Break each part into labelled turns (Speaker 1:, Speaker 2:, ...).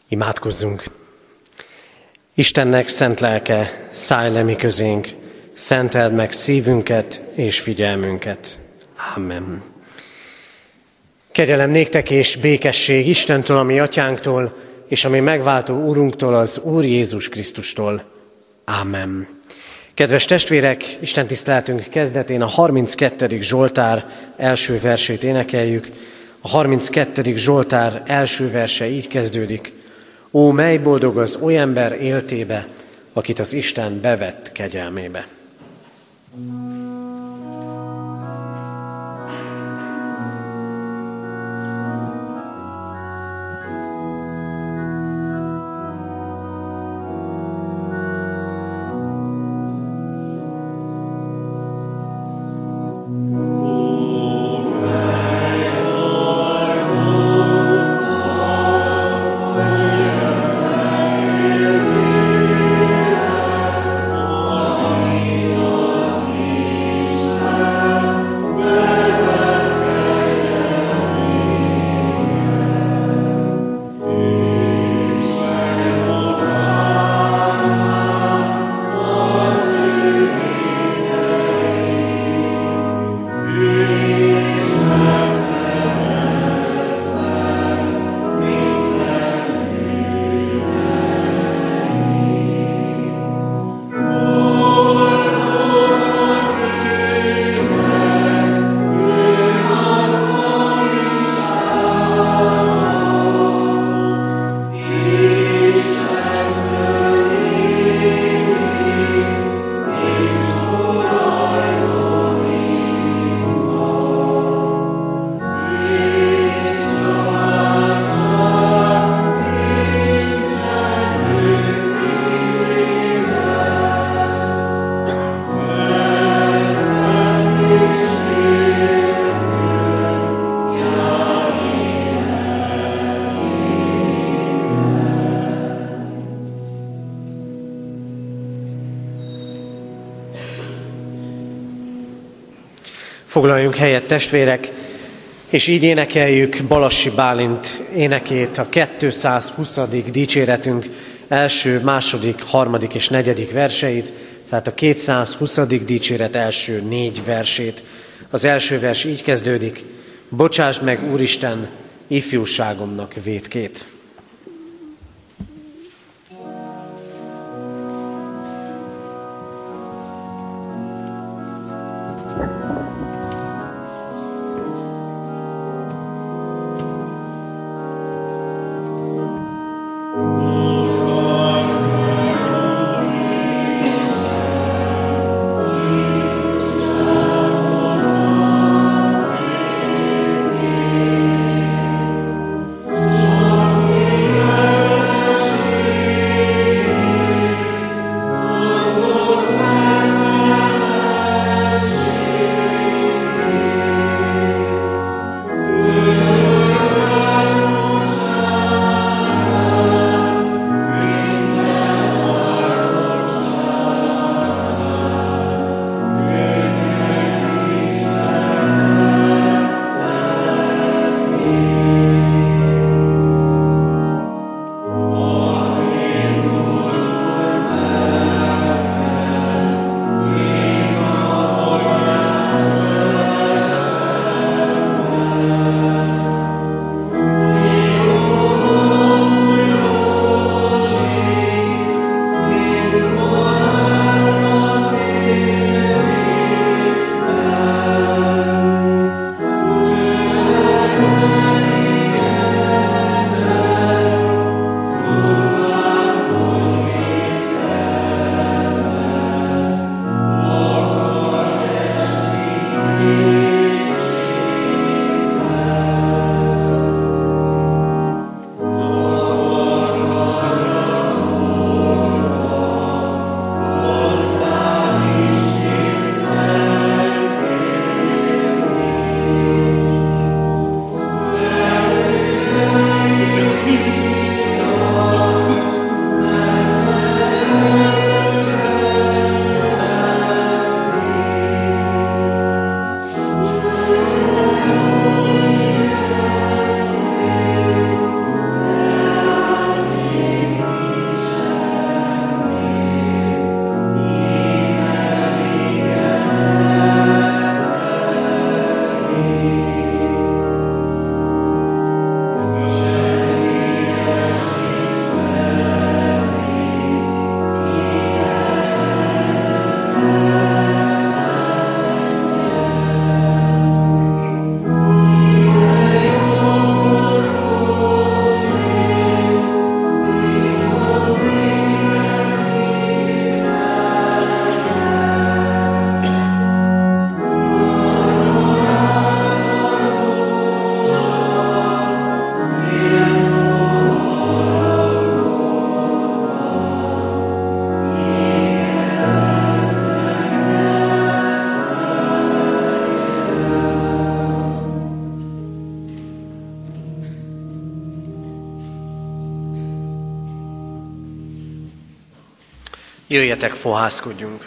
Speaker 1: Imádkozzunk! Istennek szent lelke, szállj le mi közénk, szenteld meg szívünket és figyelmünket. Amen. Kegyelem néktek és békesség Istentől, a mi atyánktól, és a mi megváltó Úrunktól, az Úr Jézus Krisztustól. Amen. Kedves testvérek, Isten tiszteletünk kezdetén a 32. Zsoltár első versét énekeljük. A 32. Zsoltár első verse így kezdődik. Ó, mely boldog az oly ember éltébe, akit az Isten bevett kegyelmébe. Foglaljunk helyet, testvérek, és így énekeljük Balassi Bálint énekét, a 220. dicséretünk első, második, harmadik és negyedik verseit, tehát a 220. dicséret első 4 versét. Az első vers így kezdődik. Bocsásd meg, Úristen, ifjúságomnak vétkét.
Speaker 2: Oh
Speaker 1: Jöjjetek, fohászkodjunk!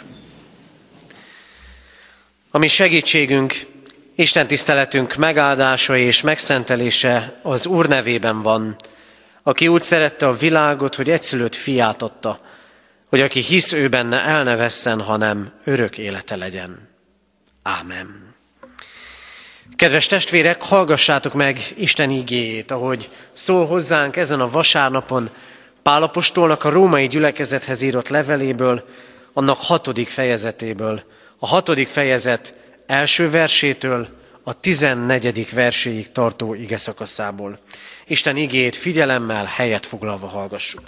Speaker 1: A mi segítségünk, Isten tiszteletünk megáldása és megszentelése az Úr nevében van, aki úgy szerette a világot, hogy egyszülött fiát adta, hogy aki hisz ő benne, el ne vesszen, hanem örök élete legyen. Ámen. Kedves testvérek, hallgassátok meg Isten igéjét, ahogy szól hozzánk ezen a vasárnapon Pál apostolnak a római gyülekezethez írott leveléből, annak 6. fejezetéből, a 6. fejezet első versétől a 14. verséig tartó igeszakaszából. Isten igéjét figyelemmel, helyet foglalva hallgassuk.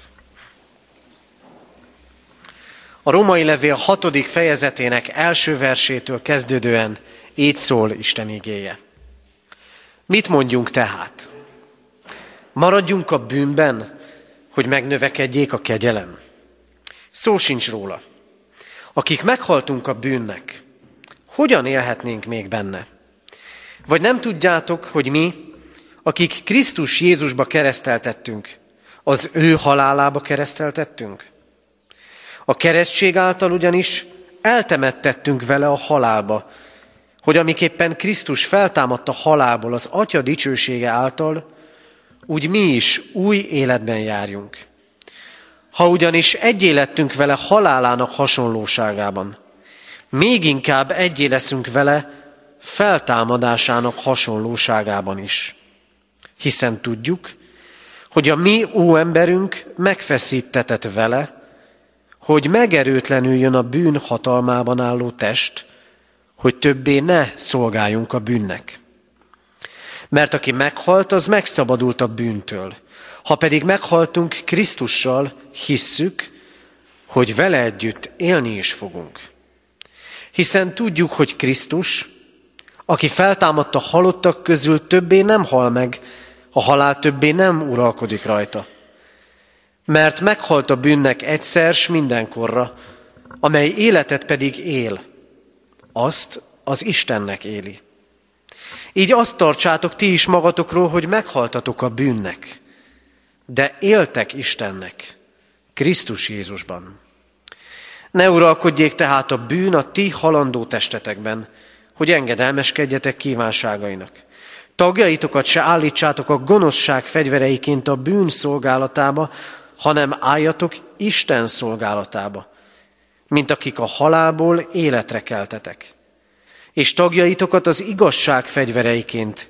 Speaker 1: A római levél 6. fejezetének első versétől kezdődően így szól Isten igéje. Mit mondjunk tehát? Maradjunk a bűnben, hogy megnövekedjék a kegyelem? Szó sincs róla. Akik meghaltunk a bűnnek, hogyan élhetnénk még benne? Vagy nem tudjátok, hogy mi, akik Krisztus Jézusba kereszteltettünk, az ő halálába kereszteltettünk? A keresztség által ugyanis eltemettettünk vele a halálba, hogy amiképpen Krisztus feltámadt a halálból az Atya dicsősége által, úgy mi is új életben járjunk. Ha ugyanis egyé lettünk vele halálának hasonlóságában, még inkább egyé leszünk vele feltámadásának hasonlóságában is. Hiszen tudjuk, hogy a mi óemberünk megfeszítetett vele, hogy megerőtlenüljön a bűn hatalmában álló test, hogy többé ne szolgáljunk a bűnnek. Mert aki meghalt, az megszabadult a bűntől. Ha pedig meghaltunk Krisztussal, hisszük, hogy vele együtt élni is fogunk. Hiszen tudjuk, hogy Krisztus, aki feltámadt a halottak közül, többé nem hal meg, a halál többé nem uralkodik rajta. Mert meghalt a bűnnek egyszer s mindenkorra, amely életet pedig él, azt az Istennek éli. Így azt tartsátok ti is magatokról, hogy meghaltatok a bűnnek, de éltek Istennek, Krisztus Jézusban. Ne uralkodjék tehát a bűn a ti halandó testetekben, hogy engedelmeskedjetek kívánságainak. Tagjaitokat se állítsátok a gonoszság fegyvereiként a bűn szolgálatába, hanem álljatok Isten szolgálatába, mint akik a halálból életre keltetek. És tagjaitok az igazság fegyvereiként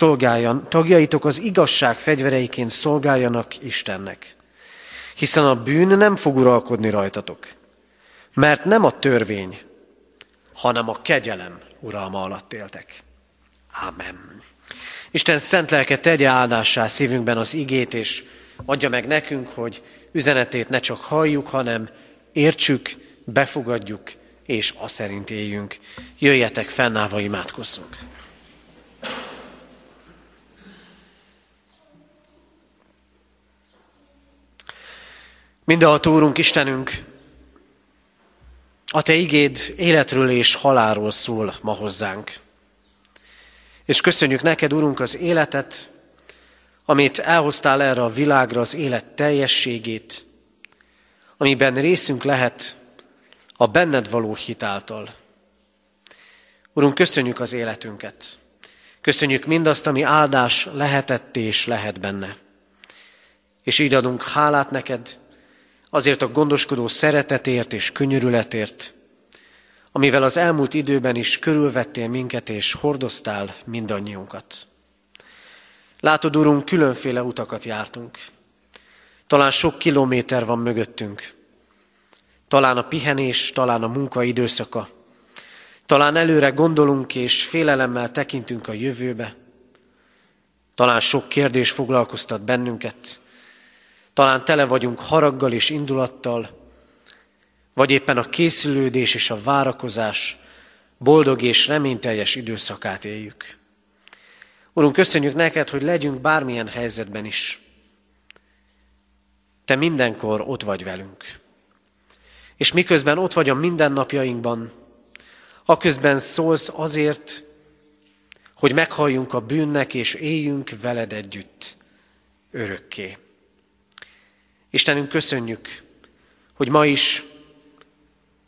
Speaker 1: szolgáljanak Istennek. Hiszen a bűn nem fog uralkodni rajtatok, mert nem a törvény, hanem a kegyelem uralma alatt éltek. Ámen. Isten szent lelke tegye áldássá szívünkben az igét, és adja meg nekünk, hogy üzenetét ne csak halljuk, hanem értsük, befogadjuk, és azt szerint éljünk. Jöjjetek, fennállva imádkozzunk. Mindenható Úrunk, Istenünk, a Te igéd életről és halálról szól ma hozzánk. És köszönjük neked, Urunk, az életet, amit elhoztál erre a világra, az élet teljességét, amiben részünk lehet a benned való hit által. Urunk, köszönjük az életünket. Köszönjük mindazt, ami áldás lehetett és lehet benne. És így adunk hálát neked azért a gondoskodó szeretetért és könyörületért, amivel az elmúlt időben is körülvettél minket és hordoztál mindannyiunkat. Látod, Urunk, különféle utakat jártunk. Talán sok kilométer van mögöttünk. Talán a pihenés, talán a munka időszaka. Talán előre gondolunk és félelemmel tekintünk a jövőbe. Talán sok kérdés foglalkoztat bennünket. Talán tele vagyunk haraggal és indulattal, vagy éppen a készülődés és a várakozás boldog és reményteljes időszakát éljük. Urunk, köszönjük neked, hogy legyünk bármilyen helyzetben is. Te mindenkor ott vagy velünk. És miközben ott vagy a mindennapjainkban, aközben szólsz azért, hogy meghalljunk a bűnnek és éljünk veled együtt örökké. Istenünk, köszönjük, hogy ma is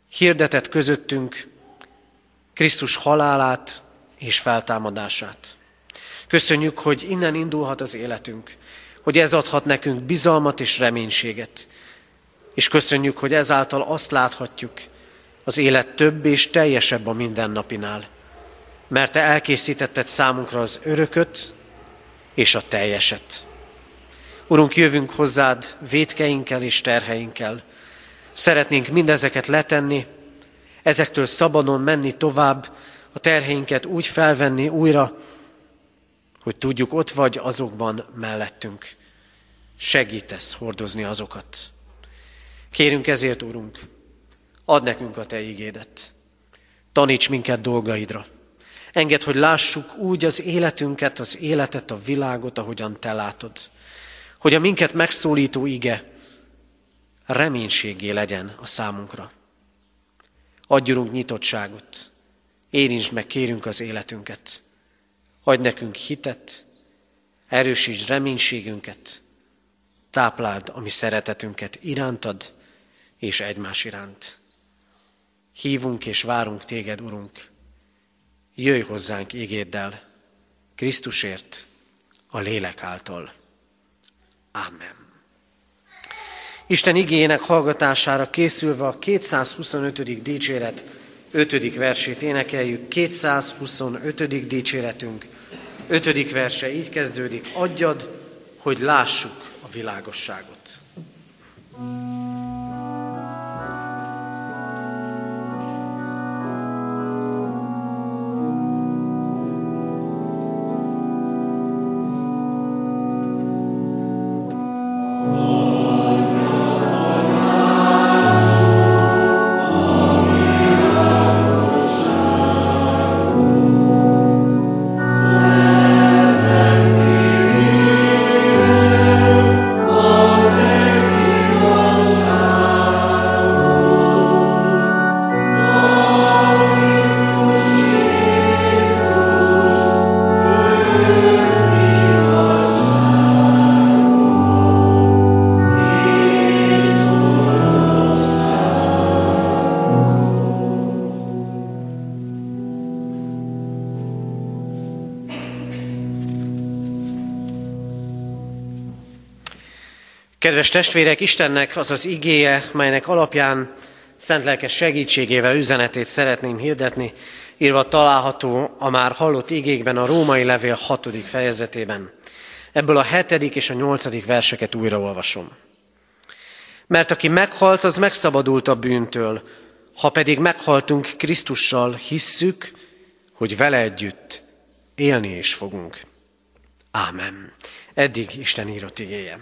Speaker 1: hirdetett közöttünk Krisztus halálát és feltámadását. Köszönjük, hogy innen indulhat az életünk, hogy ez adhat nekünk bizalmat és reménységet. És köszönjük, hogy ezáltal azt láthatjuk, az élet több és teljesebb a mindennapinál, mert Te elkészítetted számunkra az örököt és a teljeset. Urunk, jövünk hozzád vétkeinkkel és terheinkkel. Szeretnénk mindezeket letenni, ezektől szabadon menni tovább, a terheinket úgy felvenni újra, hogy tudjuk, ott vagy azokban mellettünk. Segítesz hordozni azokat. Kérünk ezért, Urunk, add nekünk a Te igédet. Taníts minket dolgaidra. Engedd, hogy lássuk úgy az életünket, az életet, a világot, ahogyan Te látod. Hogy a minket megszólító ige reménységgé legyen a számunkra. Adj, Urunk, nyitottságot. Érintsd meg, kérünk, az életünket. Adj nekünk hitet, erősítsd reménységünket, tápláld a mi szeretetünket irántad és egymás iránt. Hívunk és várunk Téged, Urunk. Jöjj hozzánk igéddel, Krisztusért, a lélek által. Ámen. Isten igéjének hallgatására készülve a 225. dicséret 5. versét énekeljük. 225. dicséretünk 5. verse így kezdődik: adjad, hogy lássuk a világosságot. Kedves testvérek, Istennek az az igéje, melynek alapján szent lelke segítségével üzenetét szeretném hirdetni, írva található a már hallott igékben, a Római levél 6. fejezetében. Ebből a 7. és a 8. verseket újraolvasom. Mert aki meghalt, az megszabadult a bűntől, ha pedig meghaltunk Krisztussal, hisszük, hogy vele együtt élni is fogunk. Ámen. Eddig Isten írott igéje.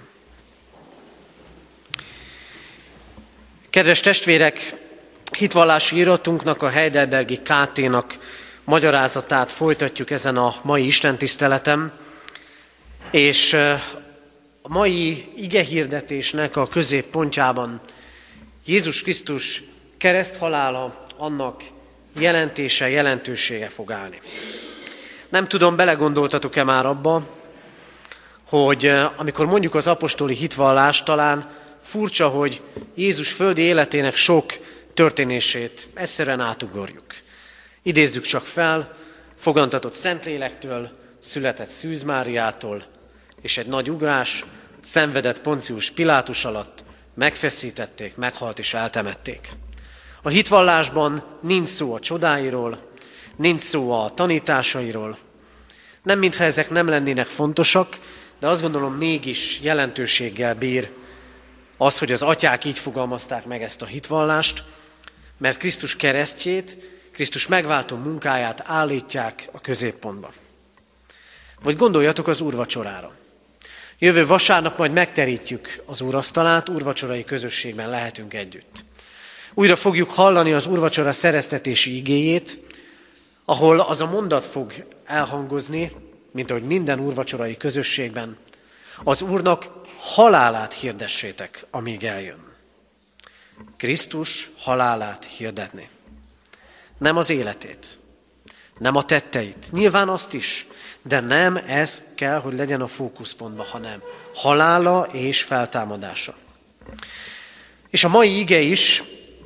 Speaker 1: Kedves testvérek, hitvallási iratunknak, a Heidelbergi KT-nak magyarázatát folytatjuk ezen a mai istentiszteletem, és a mai igehirdetésnek a középpontjában Jézus Krisztus kereszthalála, annak jelentése, jelentősége fog állni. Nem tudom, belegondoltatok-e már abba, hogy amikor mondjuk az apostoli hitvallást, talán furcsa, hogy Jézus földi életének sok történését egyszerűen átugorjuk. Idézzük csak fel, fogantatott Szentlélektől, született Szűz Máriától, és egy nagy ugrás, szenvedett Poncius Pilátus alatt, megfeszítették, meghalt és eltemették. A hitvallásban nincs szó a csodáiról, nincs szó a tanításairól. Nem mintha ezek nem lennének fontosak, de azt gondolom mégis jelentőséggel bír az, hogy az atyák így fogalmazták meg ezt a hitvallást, mert Krisztus keresztjét, Krisztus megváltó munkáját állítják a középpontba. Vagy gondoljatok az úrvacsorára. Jövő vasárnap majd megterítjük az úrasztalát, úrvacsorai közösségben lehetünk együtt. Újra fogjuk hallani az úrvacsora szereztetési igéjét, ahol az a mondat fog elhangozni, mint ahogy minden úrvacsorai közösségben: az Úrnak halálát hirdessétek, amíg eljön. Krisztus halálát hirdetni. Nem az életét, nem a tetteit, nyilván azt is, de nem ez kell, hogy legyen a fókuszpontban, hanem halála és feltámadása. És a mai ige is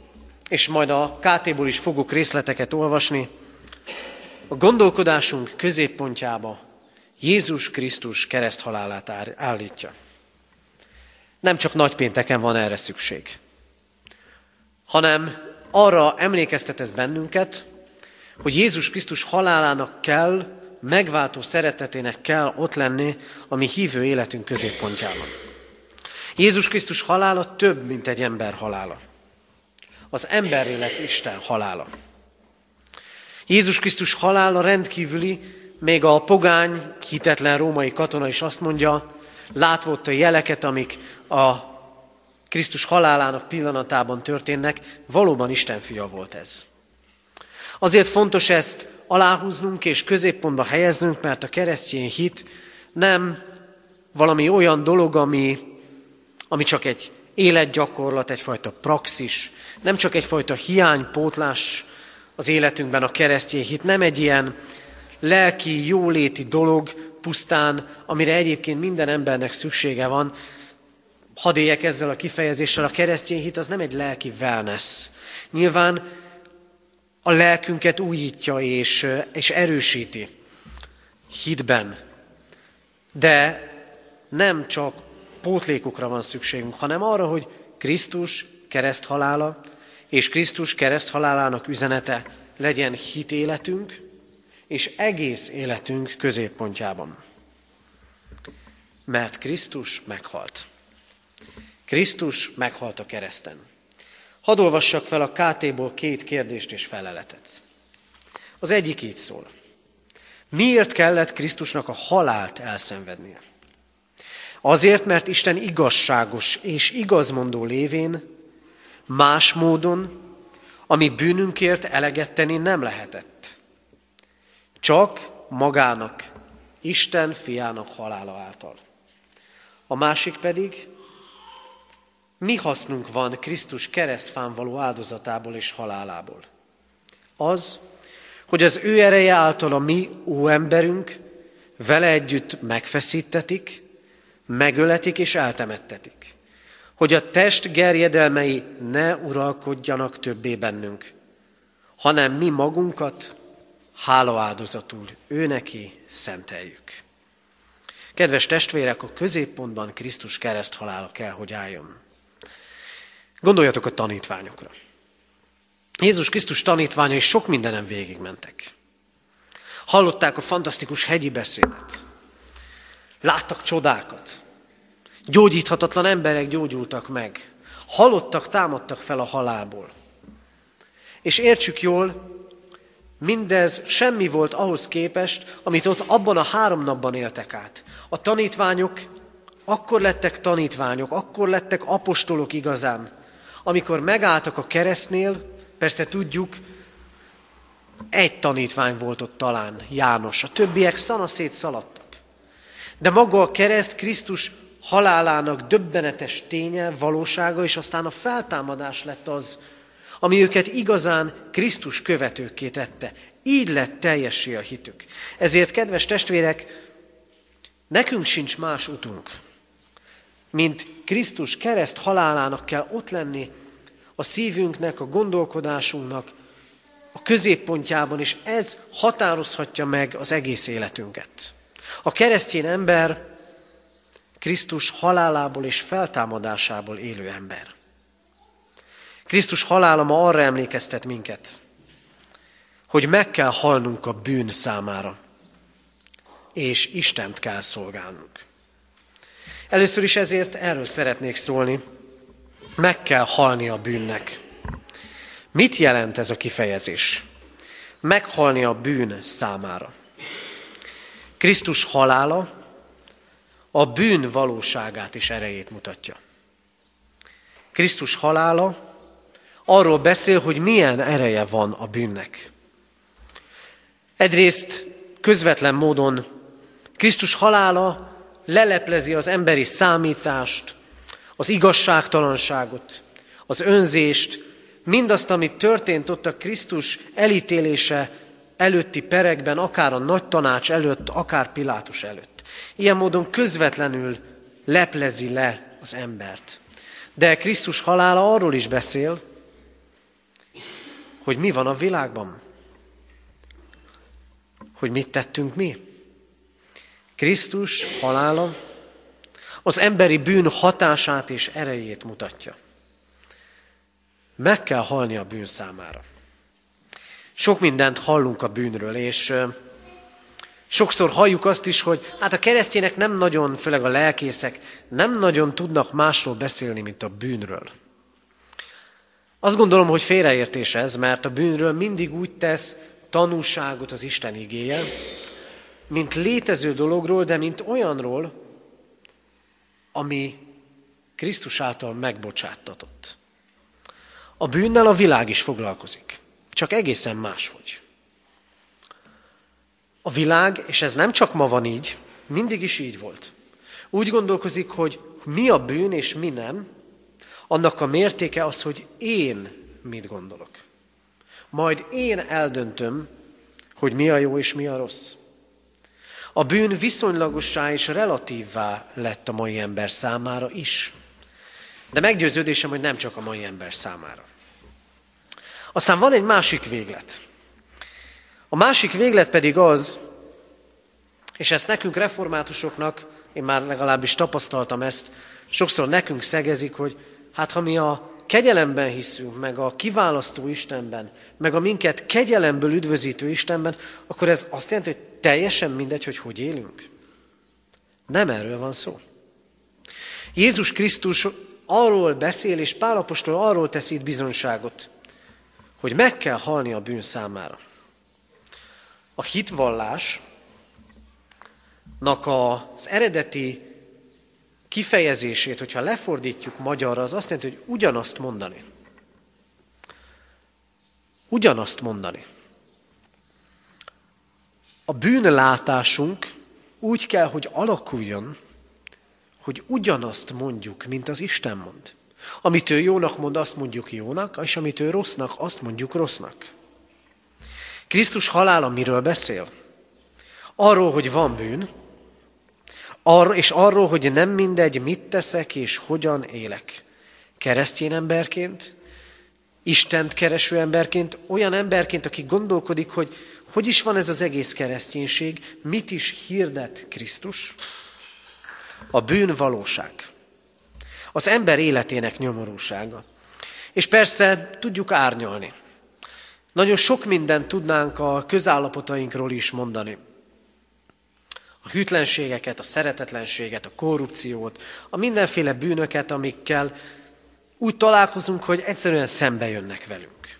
Speaker 1: és majd a KT-ból is fogok részleteket olvasni, a gondolkodásunk középpontjába Jézus Krisztus kereszthalálát állítja. Nem csak nagypénteken van erre szükség, hanem arra emlékeztet ez bennünket, hogy Jézus Krisztus halálának kell, megváltó szeretetének kell ott lenni a mi hívő életünk középpontjában. Jézus Krisztus halála több, mint egy ember halála. Az emberré lett Isten halála. Jézus Krisztus halála rendkívüli, még a pogány, hitetlen római katona is azt mondja, látva ott a jeleket, amik a Krisztus halálának pillanatában történnek, valóban Isten fia volt ez. Azért fontos ezt aláhúznunk és középpontba helyeznünk, mert a keresztény hit nem valami olyan dolog, ami csak egy életgyakorlat, egyfajta praxis, nem csak egyfajta hiánypótlás az életünkben a keresztény hit, nem egy ilyen lelki, jóléti dolog pusztán, amire egyébként minden embernek szüksége van. Hadd éljek ezzel a kifejezéssel, a keresztény hit az nem egy lelki wellness. Nyilván a lelkünket újítja és erősíti hitben, de nem csak pótlékokra van szükségünk, hanem arra, hogy Krisztus kereszthalála és Krisztus kereszthalálának üzenete legyen hitéletünk és egész életünk középpontjában. Mert Krisztus meghalt. Krisztus meghalt a kereszten. Hadd olvassak fel a KT-ból 2 kérdést és feleletet. Az egyik így szól. Miért kellett Krisztusnak a halált elszenvednie? Azért, mert Isten igazságos és igazmondó lévén más módon, ami bűnünkért eleget tenni nem lehetett. Csak magának, Isten fiának halála által. A másik pedig, mi hasznunk van Krisztus keresztfán való áldozatából és halálából? Az, hogy az ő ereje által a mi óemberünk vele együtt megfeszítetik, megöletik és eltemettetik, hogy a test gerjedelmei ne uralkodjanak többé bennünk, hanem mi magunkat hálaáldozatul ő neki szenteljük. Kedves testvérek, a középpontban Krisztus kereszthalála kell, hogy álljon. Gondoljatok a tanítványokra. Jézus Krisztus tanítványai sok mindenen végigmentek. Hallották a fantasztikus hegyi beszédet. Láttak csodákat. Gyógyíthatatlan emberek gyógyultak meg. Halottak, támadtak fel a halálból. És értsük jól, mindez semmi volt ahhoz képest, amit ott abban a 3 napban éltek át. A tanítványok akkor lettek tanítványok, akkor lettek apostolok igazán, amikor megálltak a keresztnél. Persze tudjuk, egy tanítvány volt ott talán, János, a többiek szanaszét szaladtak. De maga a kereszt Krisztus halálának döbbenetes ténye, valósága, és aztán a feltámadás lett az, ami őket igazán Krisztus követőkké tette. Így lett teljessé a hitük. Ezért, kedves testvérek, nekünk sincs más utunk, mint Krisztus kereszt halálának kell ott lenni a szívünknek, a gondolkodásunknak a középpontjában, és ez határozhatja meg az egész életünket. A keresztény ember Krisztus halálából és feltámadásából élő ember. Krisztus halála ma arra emlékeztet minket, hogy meg kell halnunk a bűn számára, és Istent kell szolgálnunk. Először is ezért erről szeretnék szólni, meg kell halni a bűnnek. Mit jelent ez a kifejezés? Meghalni a bűn számára. Krisztus halála a bűn valóságát és erejét mutatja. Krisztus halála arról beszél, hogy milyen ereje van a bűnnek. Egyrészt közvetlen módon Krisztus halála leleplezi az emberi számítást, az igazságtalanságot, az önzést, mindazt, amit történt ott a Krisztus elítélése előtti perekben, akár a nagy tanács előtt, akár Pilátus előtt. Ilyen módon közvetlenül leplezi le az embert. De Krisztus halála arról is beszél, hogy mi van a világban. Hogy mit tettünk mi? Krisztus halála az emberi bűn hatását és erejét mutatja. Meg kell halni a bűn számára. Sok mindent hallunk a bűnről, és sokszor halljuk azt is, hogy hát a keresztények nem nagyon, főleg a lelkészek, nem nagyon tudnak másról beszélni, mint a bűnről. Azt gondolom, hogy félreértés ez, mert a bűnről mindig úgy tesz tanúságot az Isten igéje, mint létező dologról, de mint olyanról, ami Krisztus által megbocsáttatott. A bűnnel a világ is foglalkozik, csak egészen máshogy. A világ, és ez nem csak ma van így, mindig is így volt. Úgy gondolkozik, hogy mi a bűn és mi nem, annak a mértéke az, hogy én mit gondolok. Majd én eldöntöm, hogy mi a jó és mi a rossz. A bűn viszonylagossá és relatívvá lett a mai ember számára is. De meggyőződésem, hogy nem csak a mai ember számára. Aztán van egy másik véglet. A másik véglet pedig az, és ezt nekünk reformátusoknak, én már legalábbis tapasztaltam ezt, sokszor nekünk szegezik, hogy hát ha mi a kegyelemben hiszünk, meg a kiválasztó Istenben, meg a minket kegyelemből üdvözítő Istenben, akkor ez azt jelenti, hogy teljesen mindegy, hogy élünk. Nem erről van szó. Jézus Krisztus arról beszél, és Pál apostol arról tesz itt bizonyságot, hogy meg kell halni a bűn számára. A hitvallásnak az eredeti kifejezését, hogyha lefordítjuk magyarra, az azt jelenti, hogy ugyanazt mondani. Ugyanazt mondani. A bűnlátásunk úgy kell, hogy alakuljon, hogy ugyanazt mondjuk, mint az Isten mond. Amit ő jónak mond, azt mondjuk jónak, és amit ő rossznak, azt mondjuk rossznak. Krisztus halála miről beszél? Arról, hogy van bűn, és arról, hogy nem mindegy, mit teszek és hogyan élek. Keresztény emberként, Istent kereső emberként, olyan emberként, aki gondolkodik, hogy is van ez az egész kereszténység, mit is hirdet Krisztus? A bűn valóság. Az ember életének nyomorúsága. És persze tudjuk árnyalni. Nagyon sok mindent tudnánk a közállapotainkról is mondani. A hűtlenségeket, a szeretetlenséget, a korrupciót, a mindenféle bűnöket, amikkel úgy találkozunk, hogy egyszerűen szembe jönnek velünk.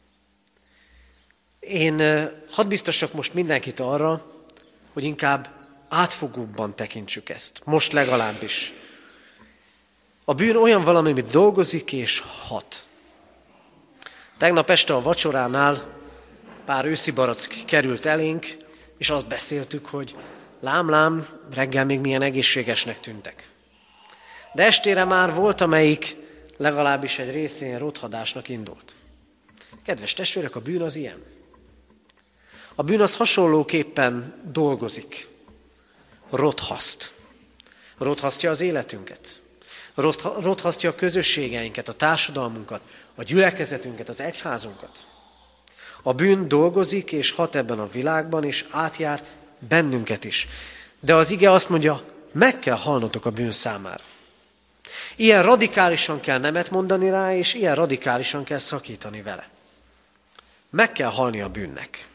Speaker 1: Én hadd biztosak most mindenkit arra, hogy inkább átfogóbban tekintsük ezt. Most legalábbis. A bűn olyan valami, amit dolgozik és hat. Tegnap este a vacsoránál pár őszi barack került elénk, és azt beszéltük, hogy lám, reggel még milyen egészségesnek tűntek. De estére már volt, amelyik legalábbis egy részén rothadásnak indult. Kedves testvérek, a bűn az ilyen. A bűn az hasonlóképpen dolgozik. Rothaszt. Rothasztja az életünket. Rothasztja a közösségeinket, a társadalmunkat, a gyülekezetünket, az egyházunkat. A bűn dolgozik és hat ebben a világban, és átjár bennünket is. De az ige azt mondja, meg kell halnotok a bűn számára. Ilyen radikálisan kell nemet mondani rá, és ilyen radikálisan kell szakítani vele. Meg kell halni a bűnnek.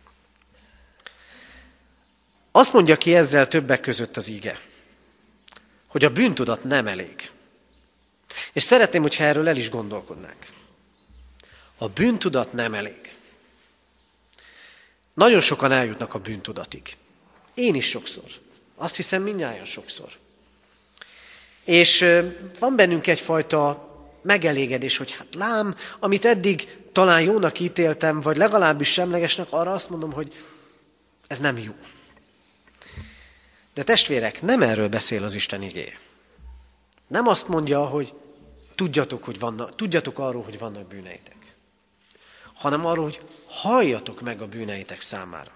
Speaker 1: Azt mondja ki ezzel többek között az ige, hogy a bűntudat nem elég. És szeretném, hogyha erről el is gondolkodnánk. A bűntudat nem elég. Nagyon sokan eljutnak a bűntudatig. Én is sokszor. Azt hiszem, mindnyájan sokszor. És van bennünk egyfajta megelégedés, hogy hát lám, amit eddig talán jónak ítéltem, vagy legalábbis semlegesnek, arra azt mondom, hogy ez nem jó. De testvérek, nem erről beszél az Isten igéje. Nem azt mondja, hogy tudjatok arról, hogy vannak bűneitek, hanem arról, hogy halljatok meg a bűneitek számára.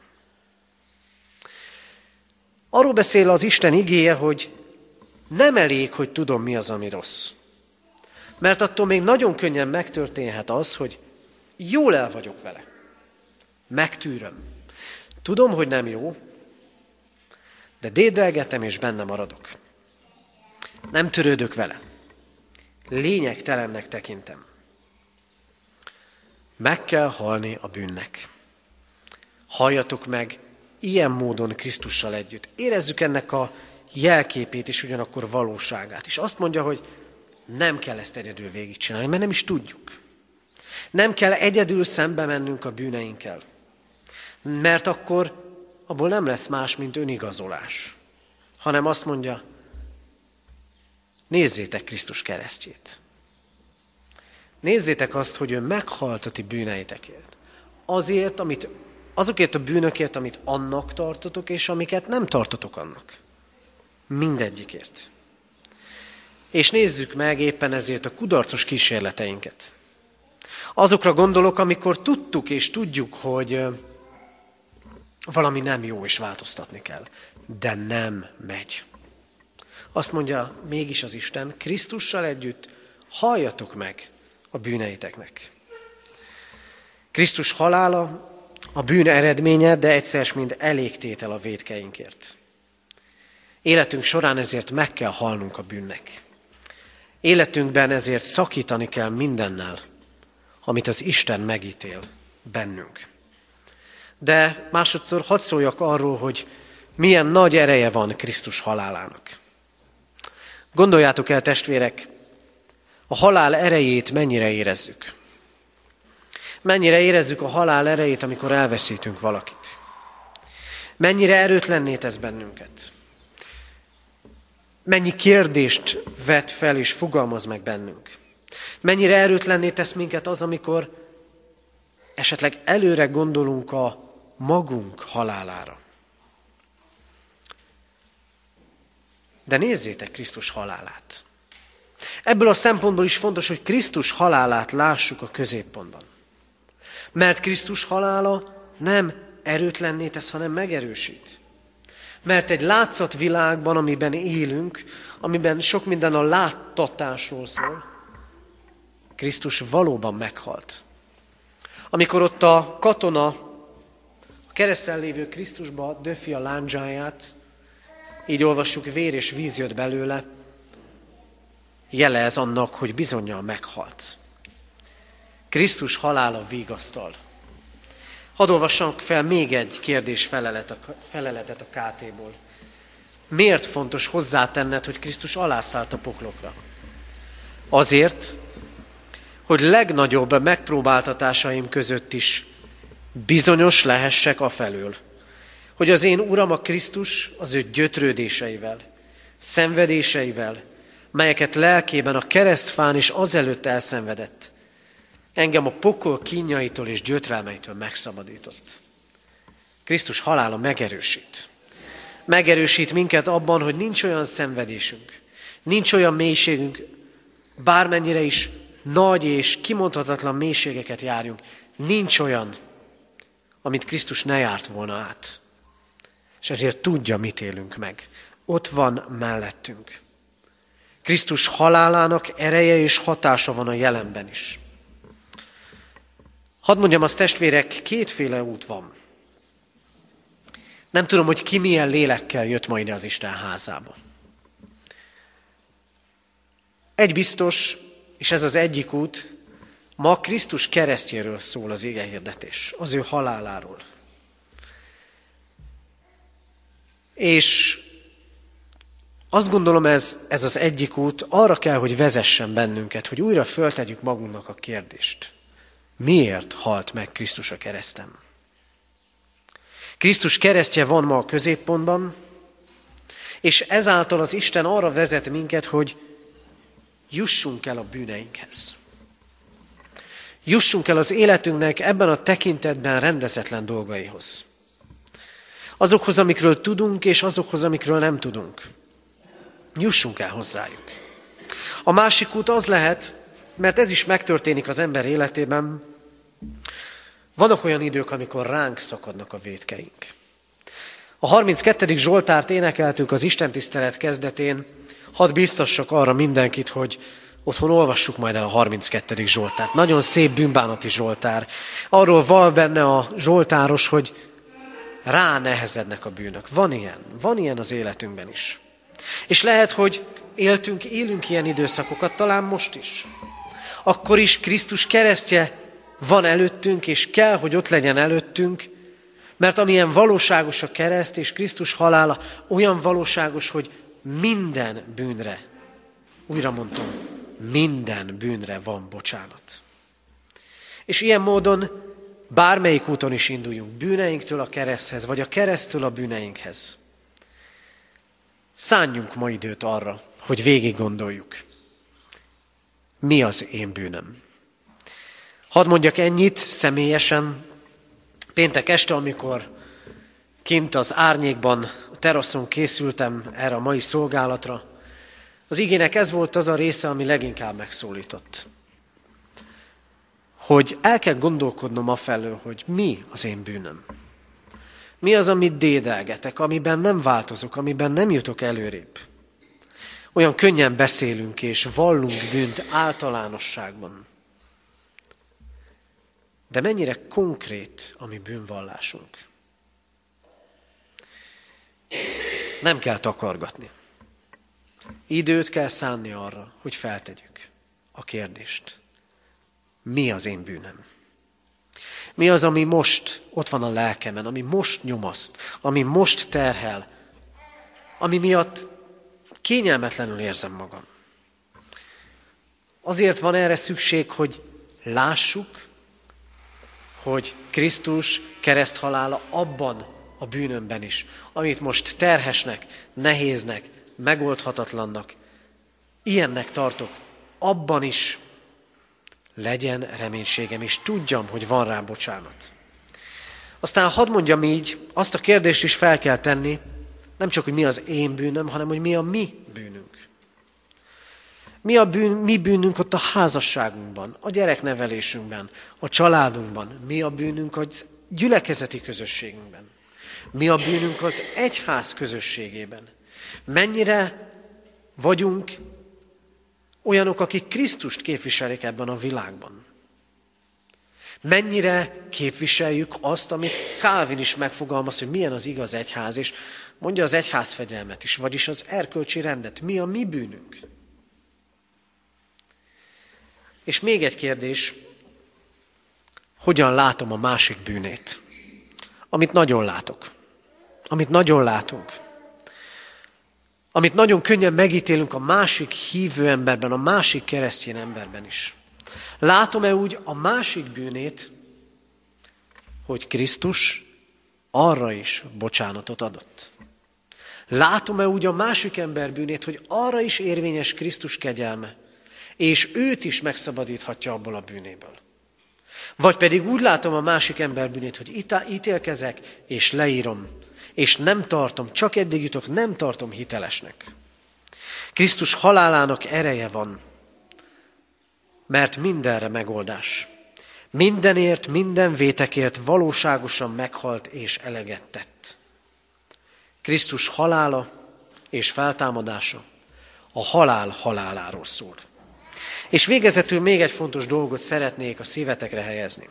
Speaker 1: Arról beszél az Isten igéje, hogy nem elég, hogy tudom, mi az, ami rossz. Mert attól még nagyon könnyen megtörténhet az, hogy Jól el vagyok vele. Megtűröm. Tudom, hogy nem jó, de dédelgetem és benne maradok. Nem törődök vele. Lényegtelennek tekintem. Meg kell halni a bűnnek. Halljatok meg ilyen módon Krisztussal együtt. Érezzük ennek a jelképét és ugyanakkor valóságát. És azt mondja, hogy nem kell ezt egyedül végigcsinálni, mert nem is tudjuk. Nem kell egyedül szembe mennünk a bűneinkkel. Mert akkor abból nem lesz más, mint önigazolás. Hanem azt mondja, nézzétek Krisztus keresztjét. Nézzétek azt, hogy ő meghalt a ti bűneitekért. Azokért a bűnökért, amit annak tartotok, és amiket nem tartotok annak. Mindegyikért. És nézzük meg éppen ezért a kudarcos kísérleteinket. Azokra gondolok, amikor tudtuk és tudjuk, hogy valami nem jó és változtatni kell. De nem megy. Azt mondja mégis az Isten, Krisztussal együtt halljatok meg a bűneiteknek. Krisztus halála a bűn eredménye, de egyszer mind elégtétel a vétkeinkért. Életünk során ezért meg kell halnunk a bűnnek. Életünkben ezért szakítani kell mindennel, amit az Isten megítél bennünk. De másodszor hadd szóljak arról, hogy milyen nagy ereje van Krisztus halálának. Gondoljátok el, testvérek, a halál erejét mennyire érezzük. Mennyire érezzük a halál erejét, amikor elveszítünk valakit. Mennyire erőtlenné tesz bennünket. Mennyi kérdést vet fel és fogalmaz meg bennünk. Mennyire erőtlenné tesz minket az, amikor esetleg előre gondolunk a magunk halálára. De nézzétek Krisztus halálát. Ebből a szempontból is fontos, hogy Krisztus halálát lássuk a középpontban. Mert Krisztus halála nem erőtlenné tesz, hanem megerősít. Mert egy látszatvilágban, amiben élünk, amiben sok minden a láttatásról szól, Krisztus valóban meghalt. Amikor ott a katona a kereszten lévő Krisztusba döfi a lándzsáját, így olvassuk, vér és víz jött belőle, jelez annak, hogy bizonnyal meghalt. Krisztus halála vigasztal. Hadd olvassak fel még egy kérdés feleletet a KT-ból. Miért fontos hozzátenned, hogy Krisztus alászállt a poklokra? Azért, hogy legnagyobb megpróbáltatásaim között is bizonyos lehessek afelől, hogy az én Uram a Krisztus az ő gyötrődéseivel, szenvedéseivel, melyeket lelkében a keresztfán is azelőtt elszenvedett, engem a pokol kínjaitól és gyötrelmeitől megszabadított. Krisztus halála megerősít. Megerősít minket abban, hogy nincs olyan szenvedésünk, nincs olyan mélységünk, bármennyire is nagy és kimondhatatlan mélységeket járjunk, nincs olyan, amit Krisztus ne járt volna át. És ezért tudja, mit élünk meg. Ott van mellettünk. Krisztus halálának ereje és hatása van a jelenben is. Hadd mondjam azt, testvérek, kétféle út van. Nem tudom, hogy ki milyen lélekkel jött ma ide az Isten házába. Egy biztos, és ez az egyik út, ma Krisztus keresztjéről szól az igehirdetés, az ő haláláról. És azt gondolom, ez az egyik út arra kell, hogy vezessen bennünket, hogy újra föltegyük magunknak a kérdést. Miért halt meg Krisztus a kereszten? Krisztus keresztje van ma a középpontban, és ezáltal az Isten arra vezet minket, hogy jussunk el a bűneinkhez. Jussunk el az életünknek ebben a tekintetben rendezetlen dolgaihoz. Azokhoz, amikről tudunk, és azokhoz, amikről nem tudunk. Jussunk el hozzájuk. A másik út az lehet, mert ez is megtörténik az ember életében, vannak olyan idők, amikor ránk szakadnak a vétkeink. A 32. Zsoltárt énekeltük az istentisztelet kezdetén, hadd biztassak arra mindenkit, hogy otthon olvassuk majd el a 32. Zsoltárt. Nagyon szép bűnbánati Zsoltár. Arról val benne a zsoltáros, hogy ránehezednek a bűnök. Van ilyen az életünkben is. És lehet, hogy élünk ilyen időszakokat, talán most is. Akkor is Krisztus keresztje van előttünk, és kell, hogy ott legyen előttünk, mert amilyen valóságos a kereszt és Krisztus halála, olyan valóságos, hogy minden bűnre, újra mondom, minden bűnre van bocsánat. És ilyen módon bármelyik úton is induljunk, bűneinktől a kereszthez, vagy a keresztől a bűneinkhez. Szánjunk ma időt arra, hogy végig gondoljuk. Mi az én bűnöm? Hadd mondjak ennyit személyesen. Péntek este, amikor kint az árnyékban, a teraszon készültem erre a mai szolgálatra, az igének ez volt az a része, ami leginkább megszólított. Hogy el kell gondolkodnom afelől, hogy mi az én bűnöm. Mi az, amit dédelgetek, amiben nem változok, amiben nem jutok előrébb. Olyan könnyen beszélünk és vallunk bűnt általánosságban. De mennyire konkrét a mi bűnvallásunk. Nem kell takargatni. Időt kell szánni arra, hogy feltegyük a kérdést. Mi az én bűnöm? Mi az, ami most ott van a lelkemen, ami most nyomaszt, ami most terhel, ami miatt kényelmetlenül érzem magam? Azért van erre szükség, hogy lássuk, hogy Krisztus kereszthalála abban a bűnömben is, amit most terhesnek, nehéznek, megoldhatatlannak, ilyennek tartok, abban is legyen reménységem, és tudjam, hogy van rá bocsánat. Aztán hadd mondjam így, azt a kérdést is fel kell tenni, nem csak, hogy mi az én bűnöm, hanem, hogy mi a mi bűnünk. Mi bűnünk ott a házasságunkban, a gyereknevelésünkben, a családunkban, mi a bűnünk a gyülekezeti közösségünkben, mi a bűnünk az egyház közösségében. Mennyire vagyunk olyanok, akik Krisztust képviselik ebben a világban. Mennyire képviseljük azt, amit Calvin is megfogalmaz, hogy milyen az igaz egyház, és mondja az egyházfegyelmet is, vagyis az erkölcsi rendet. Mi a mi bűnünk? És még egy kérdés, hogyan látom a másik bűnét? Amit nagyon látok, amit nagyon látunk, amit nagyon könnyen megítélünk a másik hívő emberben, a másik keresztény emberben is. Látom-e úgy a másik bűnét, hogy Krisztus arra is bocsánatot adott? Látom-e úgy a másik ember bűnét, hogy arra is érvényes Krisztus kegyelme, és őt is megszabadíthatja abból a bűnéből? Vagy pedig úgy látom a másik ember bűnét, hogy ítélkezek, és leírom, és nem tartom, csak eddig jutok, nem tartom hitelesnek. Krisztus halálának ereje van, mert mindenre megoldás. Mindenért, minden vétekért valóságosan meghalt és eleget tett. Krisztus halála és feltámadása a halál haláláról szól. És végezetül még egy fontos dolgot szeretnék a szívetekre helyezni.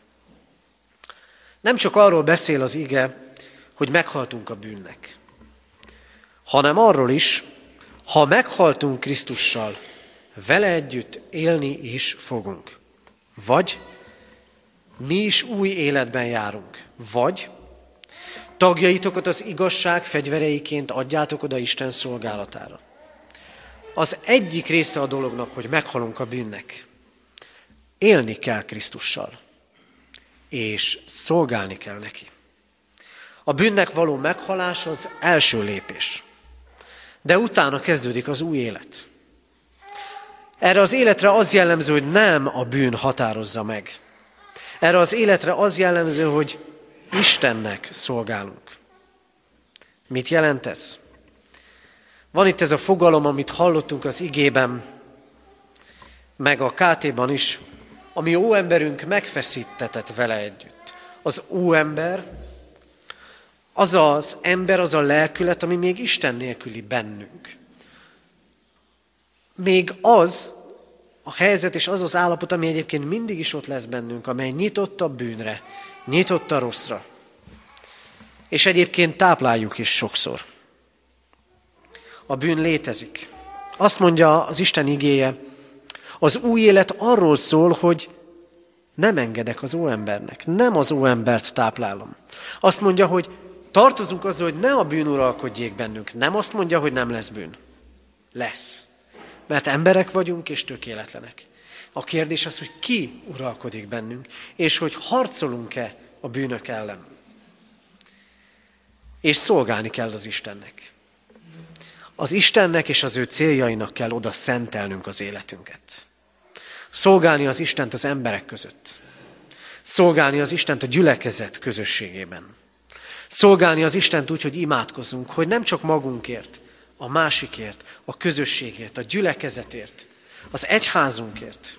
Speaker 1: Nem csak arról beszél az ige, hogy meghaltunk a bűnnek, hanem arról is, ha meghaltunk Krisztussal, vele együtt élni is fogunk. Vagy mi is új életben járunk, vagy tagjaitokat az igazság fegyvereiként adjátok oda Isten szolgálatára. Az egyik része a dolognak, hogy meghalunk a bűnnek. Élni kell Krisztussal, és szolgálni kell neki. A bűnnek való meghalás az első lépés, de utána kezdődik az új élet. Erre az életre az jellemző, hogy nem a bűn határozza meg. Erre az életre az jellemző, hogy Istennek szolgálunk. Mit jelent ez? Van itt ez a fogalom, amit hallottunk az igében, meg a KT-ban is, ami óemberünk megfeszítetett vele együtt. Az óember, az az ember, az a lelkület, ami még Isten nélküli bennünk. Még az, a helyzet és az az állapot, ami egyébként mindig is ott lesz bennünk, amely nyitott a bűnre, nyitott a rosszra. És egyébként tápláljuk is sokszor. A bűn létezik. Azt mondja az Isten igéje, az új élet arról szól, hogy nem engedek az óembernek, nem az óembert táplálom. Azt mondja, hogy tartozunk azzal, hogy ne a bűn uralkodjék bennünk. Nem azt mondja, hogy nem lesz bűn. Lesz. Mert emberek vagyunk és tökéletlenek. A kérdés az, hogy ki uralkodik bennünk, és hogy harcolunk-e a bűnök ellen. És szolgálni kell az Istennek. Az Istennek és az ő céljainak kell oda szentelnünk az életünket. Szolgálni az Istent az emberek között. Szolgálni az Istent a gyülekezet közösségében. Szolgálni az Istent úgy, hogy imádkozunk, hogy nem csak magunkért, a másikért, a közösségért, a gyülekezetért, az egyházunkért.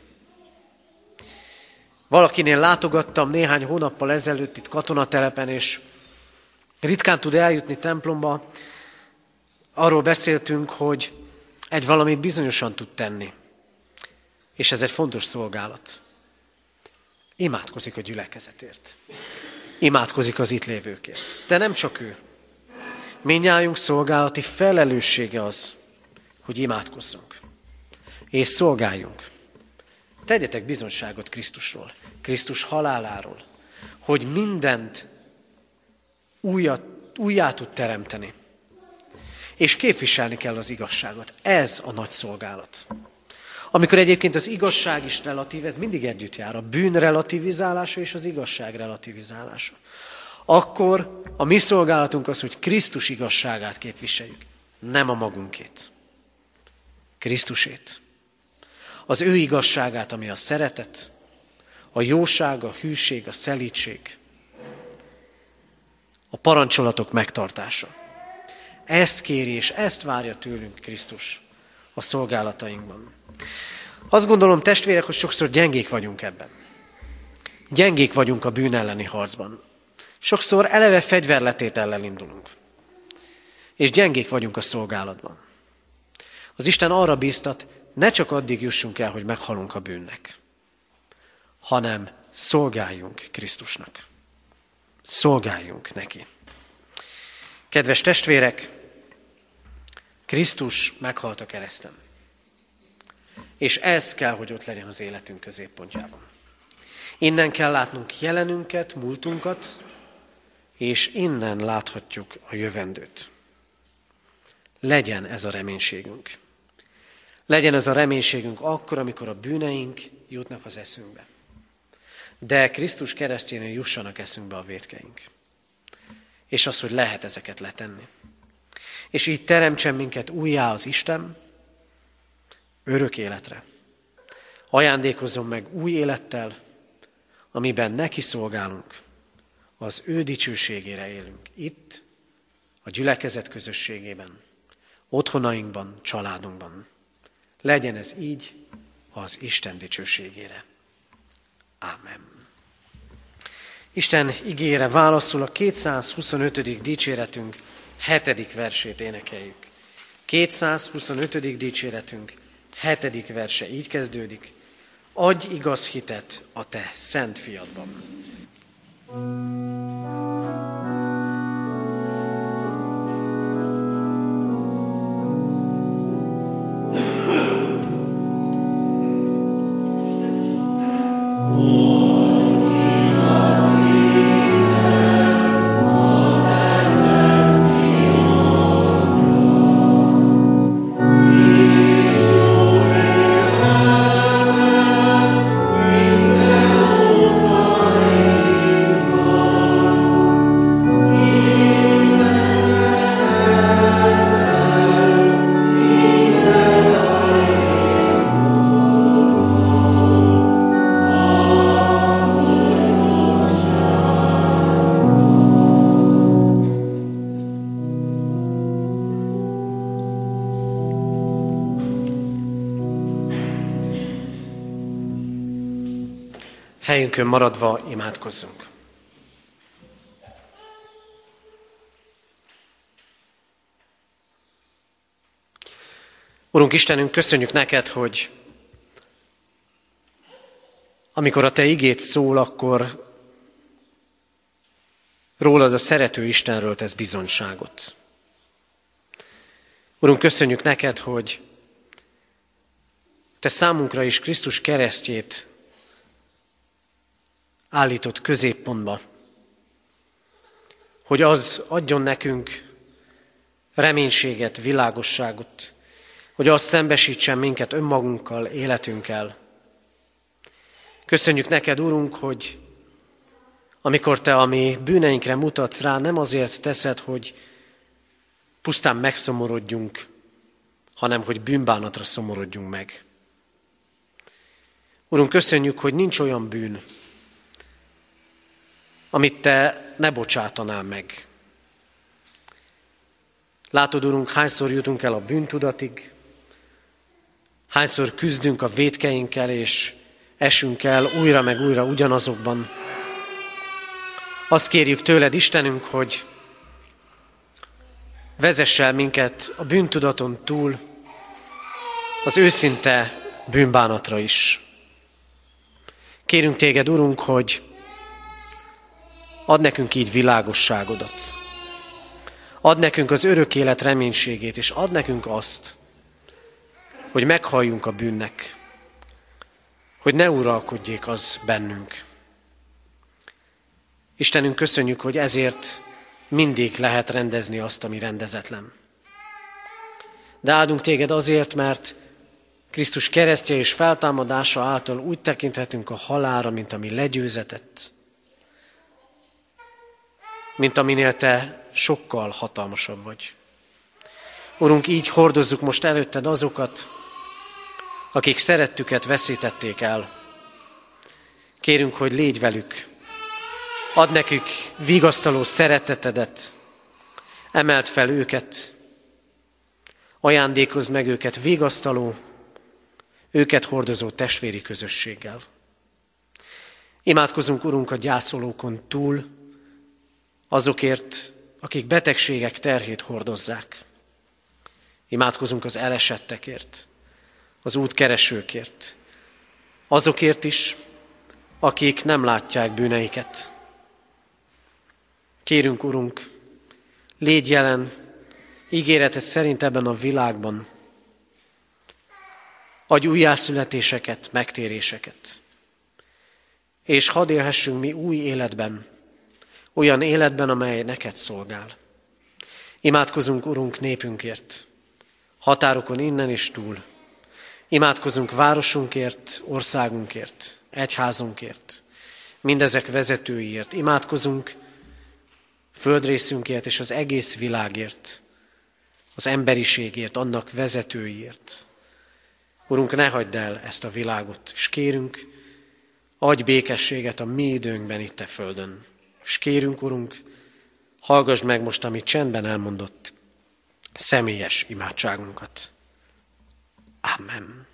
Speaker 1: Valakinél látogattam néhány hónappal ezelőtt itt katonatelepen, és ritkán tud eljutni templomba. Arról beszéltünk, hogy egy valamit bizonyosan tud tenni. És ez egy fontos szolgálat. Imádkozik a gyülekezetért. Imádkozik az itt lévőkért. De nem csak ő. Mindnyájunk szolgálati felelőssége az, hogy imádkozzunk. És szolgáljunk. Tegyetek bizonyságot Krisztusról, Krisztus haláláról, hogy mindent újjá tud teremteni. És képviselni kell az igazságot. Ez a nagy szolgálat. Amikor egyébként az igazság is relatív, ez mindig együtt jár. A bűn relativizálása és az igazság relativizálása. Akkor a mi szolgálatunk az, hogy Krisztus igazságát képviseljük. Nem a magunkét. Krisztusét. Az ő igazságát, ami a szeretet, a jóság, a hűség, a szelídség, a parancsolatok megtartása. Ezt kéri és ezt várja tőlünk Krisztus a szolgálatainkban. Azt gondolom, testvérek, hogy sokszor gyengék vagyunk ebben. Gyengék vagyunk a bűn elleni harcban. Sokszor eleve fegyverletétellel indulunk. És gyengék vagyunk a szolgálatban. Az Isten arra bíztat, ne csak addig jussunk el, hogy meghalunk a bűnnek, hanem szolgáljunk Krisztusnak. Szolgáljunk neki. Kedves testvérek, Krisztus meghalt a kereszten. És ez kell, hogy ott legyen az életünk középpontjában. Innen kell látnunk jelenünket, múltunkat, és innen láthatjuk a jövendőt. Legyen ez a reménységünk. Legyen ez a reménységünk akkor, amikor a bűneink jutnak az eszünkbe. De Krisztus keresztjénél jussanak eszünkbe a vétkeink. És az, hogy lehet ezeket letenni. És így teremtsen minket újjá az Isten örök életre. Ajándékozzon meg új élettel, amiben neki szolgálunk, az ő dicsőségére élünk. Itt, a gyülekezet közösségében, otthonainkban, családunkban. Legyen ez így az Isten dicsőségére. Ámen. Isten igére válaszul a 225. dicséretünk 7. versét énekeljük. 225. dicséretünk 7. verse így kezdődik. Adj igaz hitet a te szent fiadban. Helyünkön maradva imádkozzunk. Urunk Istenünk, köszönjük neked, hogy amikor a Te igéd szól, akkor rólad a szerető Istenről tesz bizonyságot. Urunk, köszönjük neked, hogy Te számunkra is Krisztus keresztjét állított középpontba, hogy az adjon nekünk reménységet, világosságot, hogy az szembesítsen minket önmagunkkal, életünkkel. Köszönjük neked, Urunk, hogy amikor Te a mi bűneinkre mutatsz rá, nem azért teszed, hogy pusztán megszomorodjunk, hanem hogy bűnbánatra szomorodjunk meg. Urunk, köszönjük, hogy nincs olyan bűn, amit Te ne bocsátanál meg. Látod, Urunk, hányszor jutunk el a bűntudatig, hányszor küzdünk a vétkeinkkel, és esünk el újra meg újra ugyanazokban. Azt kérjük tőled, Istenünk, hogy vezess el minket a bűntudaton túl az őszinte bűnbánatra is. Kérünk téged, Urunk, hogy add nekünk így világosságodat. Add nekünk az örök élet reménységét, és add nekünk azt, hogy meghalljunk a bűnnek, hogy ne uralkodjék az bennünk. Istenünk, köszönjük, hogy ezért mindig lehet rendezni azt, ami rendezetlen. De áldunk téged azért, mert Krisztus keresztje és feltámadása által úgy tekinthetünk a halálra, mint ami legyőzetett, mint aminél te sokkal hatalmasabb vagy. Urunk, így hordozzuk most előtted azokat, akik szerettüket veszítették el. Kérünk, hogy légy velük. Add nekük vigasztaló szeretetedet, emeld fel őket, ajándékozz meg őket vigasztaló, őket hordozó testvéri közösséggel. Imádkozunk, Urunk, a gyászolókon túl, azokért, akik betegségek terhét hordozzák. Imádkozunk az elesettekért, az útkeresőkért, azokért is, akik nem látják bűneiket. Kérünk, Urunk, légy jelen ígéreted szerint ebben a világban. Adj újjászületéseket, megtéréseket. És hadd élhessünk mi új életben, olyan életben, amely neked szolgál. Imádkozunk, Urunk, népünkért, határokon innen és túl. Imádkozunk városunkért, országunkért, egyházunkért, mindezek vezetőiért. Imádkozunk földrészünkért és az egész világért, az emberiségért, annak vezetőiért. Urunk, ne hagyd el ezt a világot, és kérünk, adj békességet a mi időnkben itt a földön. És kérünk, Urunk, hallgass meg most, amit csendben elmondott személyes imádságunkat. Amen.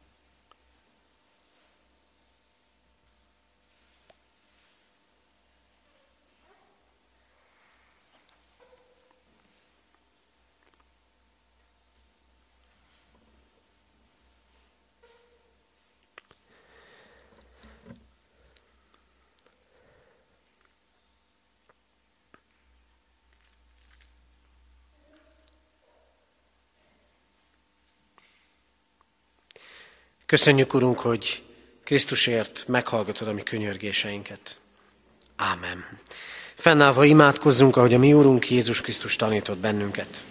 Speaker 1: Köszönjük, Urunk, hogy Krisztusért meghallgatod a mi könyörgéseinket. Ámen. Fennállva imádkozzunk, ahogy a mi Úrunk Jézus Krisztus tanított bennünket.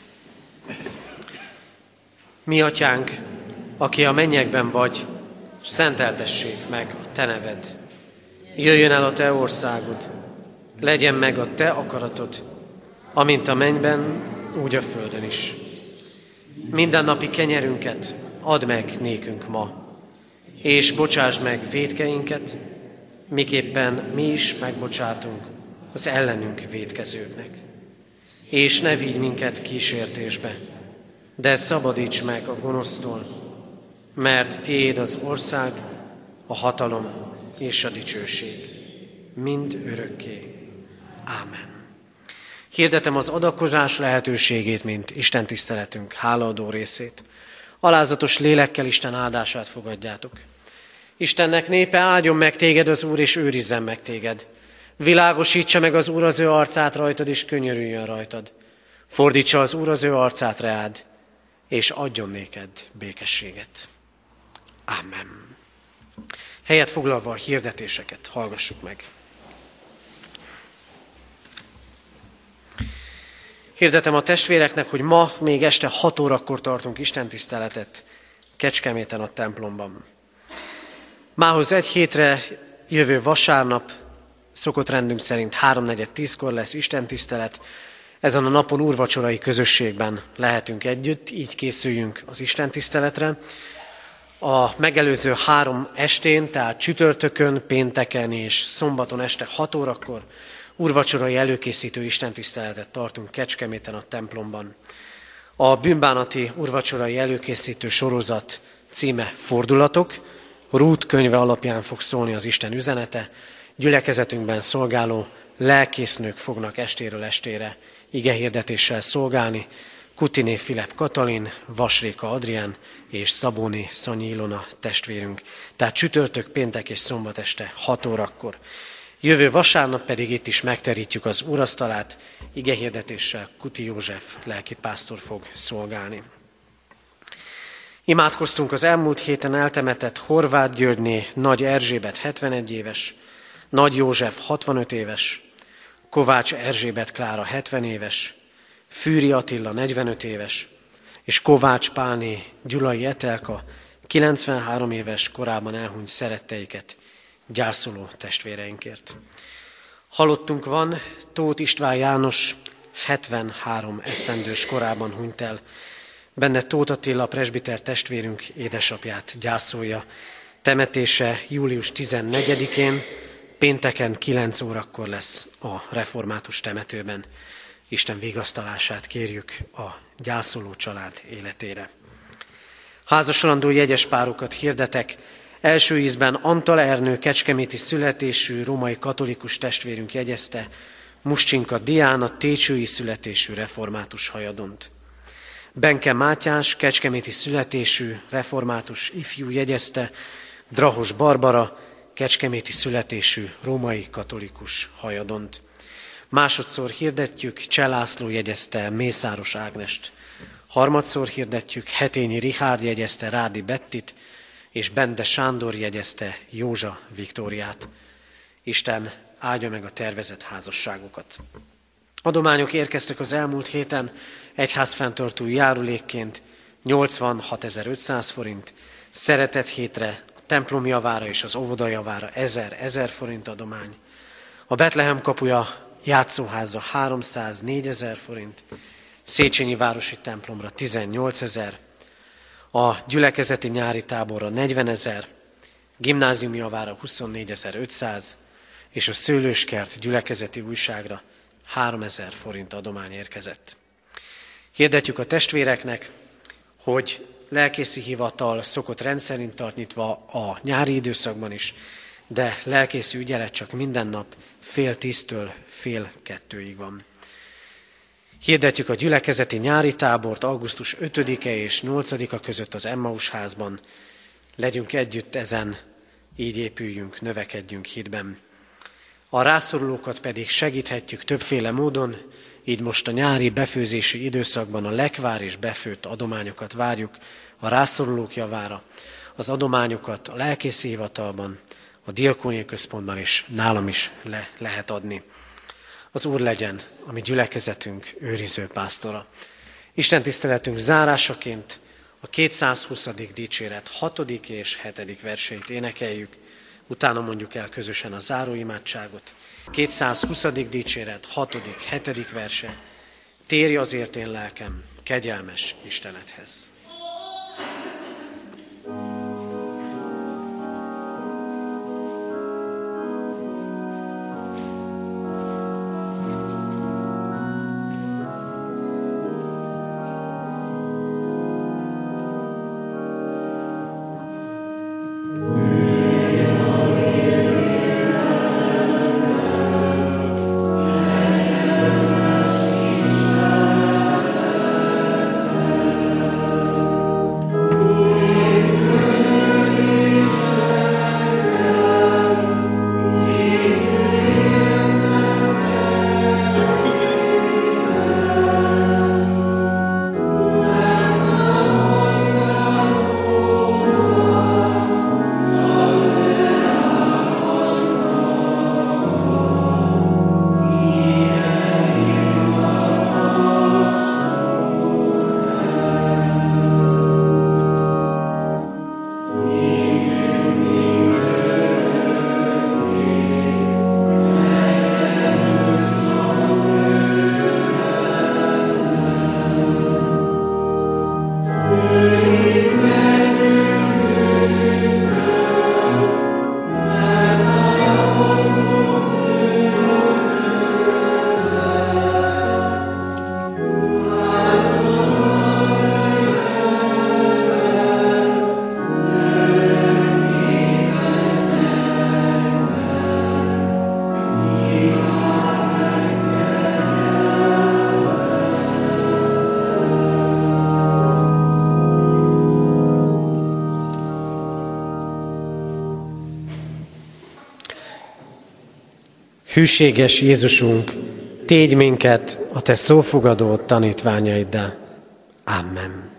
Speaker 1: Mi Atyánk, aki a mennyekben vagy, szenteltessék meg a Te neved. Jöjjön el a Te országod, legyen meg a Te akaratod, amint a mennyben, úgy a földön is. Mindennapi kenyerünket add meg nékünk ma, és bocsásd meg vétkeinket, miképpen mi is megbocsátunk az ellenünk vétkezőknek. És ne vigy minket kísértésbe, de szabadíts meg a gonosztól, mert tiéd az ország, a hatalom és a dicsőség, mind örökké. Ámen. Hirdetem az adakozás lehetőségét, mint Isten tiszteletünk hálaadó részét. Alázatos lélekkel Isten áldását fogadjátok. Istennek népe, áldjon meg téged az Úr, és őrizzen meg téged. Világosítsa meg az Úr az ő arcát rajtad, és könyörüljön rajtad. Fordítsa az Úr az ő arcát reád, és adjon néked békességet. Ámen. Helyet foglalva a hirdetéseket hallgassuk meg. Hirdetem a testvéreknek, hogy ma még este 6 órakor tartunk istentiszteletet Kecskeméten a templomban. Mához egy hétre jövő vasárnap szokott rendünk szerint 3:4-10-kor lesz istentisztelet. Ezen a napon úrvacsorai közösségben lehetünk együtt, így készüljünk az istentiszteletre. A megelőző 3 estén, tehát csütörtökön, pénteken és szombaton este 6 órakor úrvacsorai előkészítő istentiszteletet tartunk Kecskeméten a templomban. A bűnbánati úrvacsorai előkészítő sorozat címe Fordulatok. Rút könyve alapján fog szólni az Isten üzenete. Gyülekezetünkben szolgáló lelkésznők fognak estéről estére igehirdetéssel szolgálni. Kutiné Filip Katalin, Vasréka Adrián és Szabóni Szanyi Ilona testvérünk. Tehát csütörtök, péntek és szombat este 6 órakor. Jövő vasárnap pedig itt is megterítjük az úrasztalát, igehirdetéssel Kuti József lelkipásztor fog szolgálni. Imádkoztunk az elmúlt héten eltemetett Horváth Györgyné Nagy Erzsébet 71 éves, Nagy József 65 éves, Kovács Erzsébet Klára 70 éves, Fűri Attila 45 éves, és Kovács Pálné Gyulai Etelka 93 éves korában elhunyt szeretteiket gyászoló testvéreinkért. Halottunk van, Tóth István János 73 esztendős korában hunyt el. Benne Tóth Attila presbiter testvérünk édesapját gyászolja. Temetése július 14-én, pénteken 9 órakor lesz a református temetőben. Isten vigasztalását kérjük a gyászoló család életére. Házasolandó jegyes párokat hirdetek. Első ízben Antal Ernő kecskeméti születésű római katolikus testvérünk jegyezte, Muschinka Diana técsői születésű református hajadont. Benke Mátyás kecskeméti születésű református ifjú jegyezte, Drahos Barbara kecskeméti születésű római katolikus hajadont. Másodszor hirdetjük, Cseh László jegyezte Mészáros Ágnest. Harmadszor hirdetjük, Hetényi Richárd jegyezte Rádi Bettit, és Bende Sándor jegyezte Józsa Viktóriát. Isten áldja meg a tervezett házasságokat. Adományok érkeztek az elmúlt héten egyházfenntartói járulékként 86.500 forint, szeretett hétre, a templom javára és az óvoda javára 1000 forint adomány, a Betlehem kapuja játszóházra 304 000 forint, Széchenyi városi templomra 18 000, a gyülekezeti nyári táborra 40 000, gimnázium javára 24.500, és a Szőlőskert gyülekezeti újságra 3000 forint adomány érkezett. Hirdetjük a testvéreknek, hogy lelkészi hivatal szokott rendszerint tart nyitva a nyári időszakban is, de lelkészi ügyelet csak minden nap 9:30-től 1:30 van. Hirdetjük a gyülekezeti nyári tábort augusztus 5-e és 8-a között az Emmaus házban. Legyünk együtt ezen, így épüljünk, növekedjünk hitben. A rászorulókat pedig segíthetjük többféle módon, így most a nyári befőzési időszakban a lekvár és befőtt adományokat várjuk a rászorulók javára. Az adományokat a lelkészi hivatalban, a diakónia központban is nálam is lehet adni. Az Úr legyen a mi gyülekezetünk őriző pásztora. Isten tiszteletünk zárásaként a 220. dicséret 6. és 7. verseit énekeljük, utána mondjuk el közösen a záróimádságot. 220. dicséret 6. 7. verse. Térj azért én lelkem kegyelmes Istenedhez. Hűséges Jézusunk, tégy minket a te szófogadó tanítványaiddá. Amen.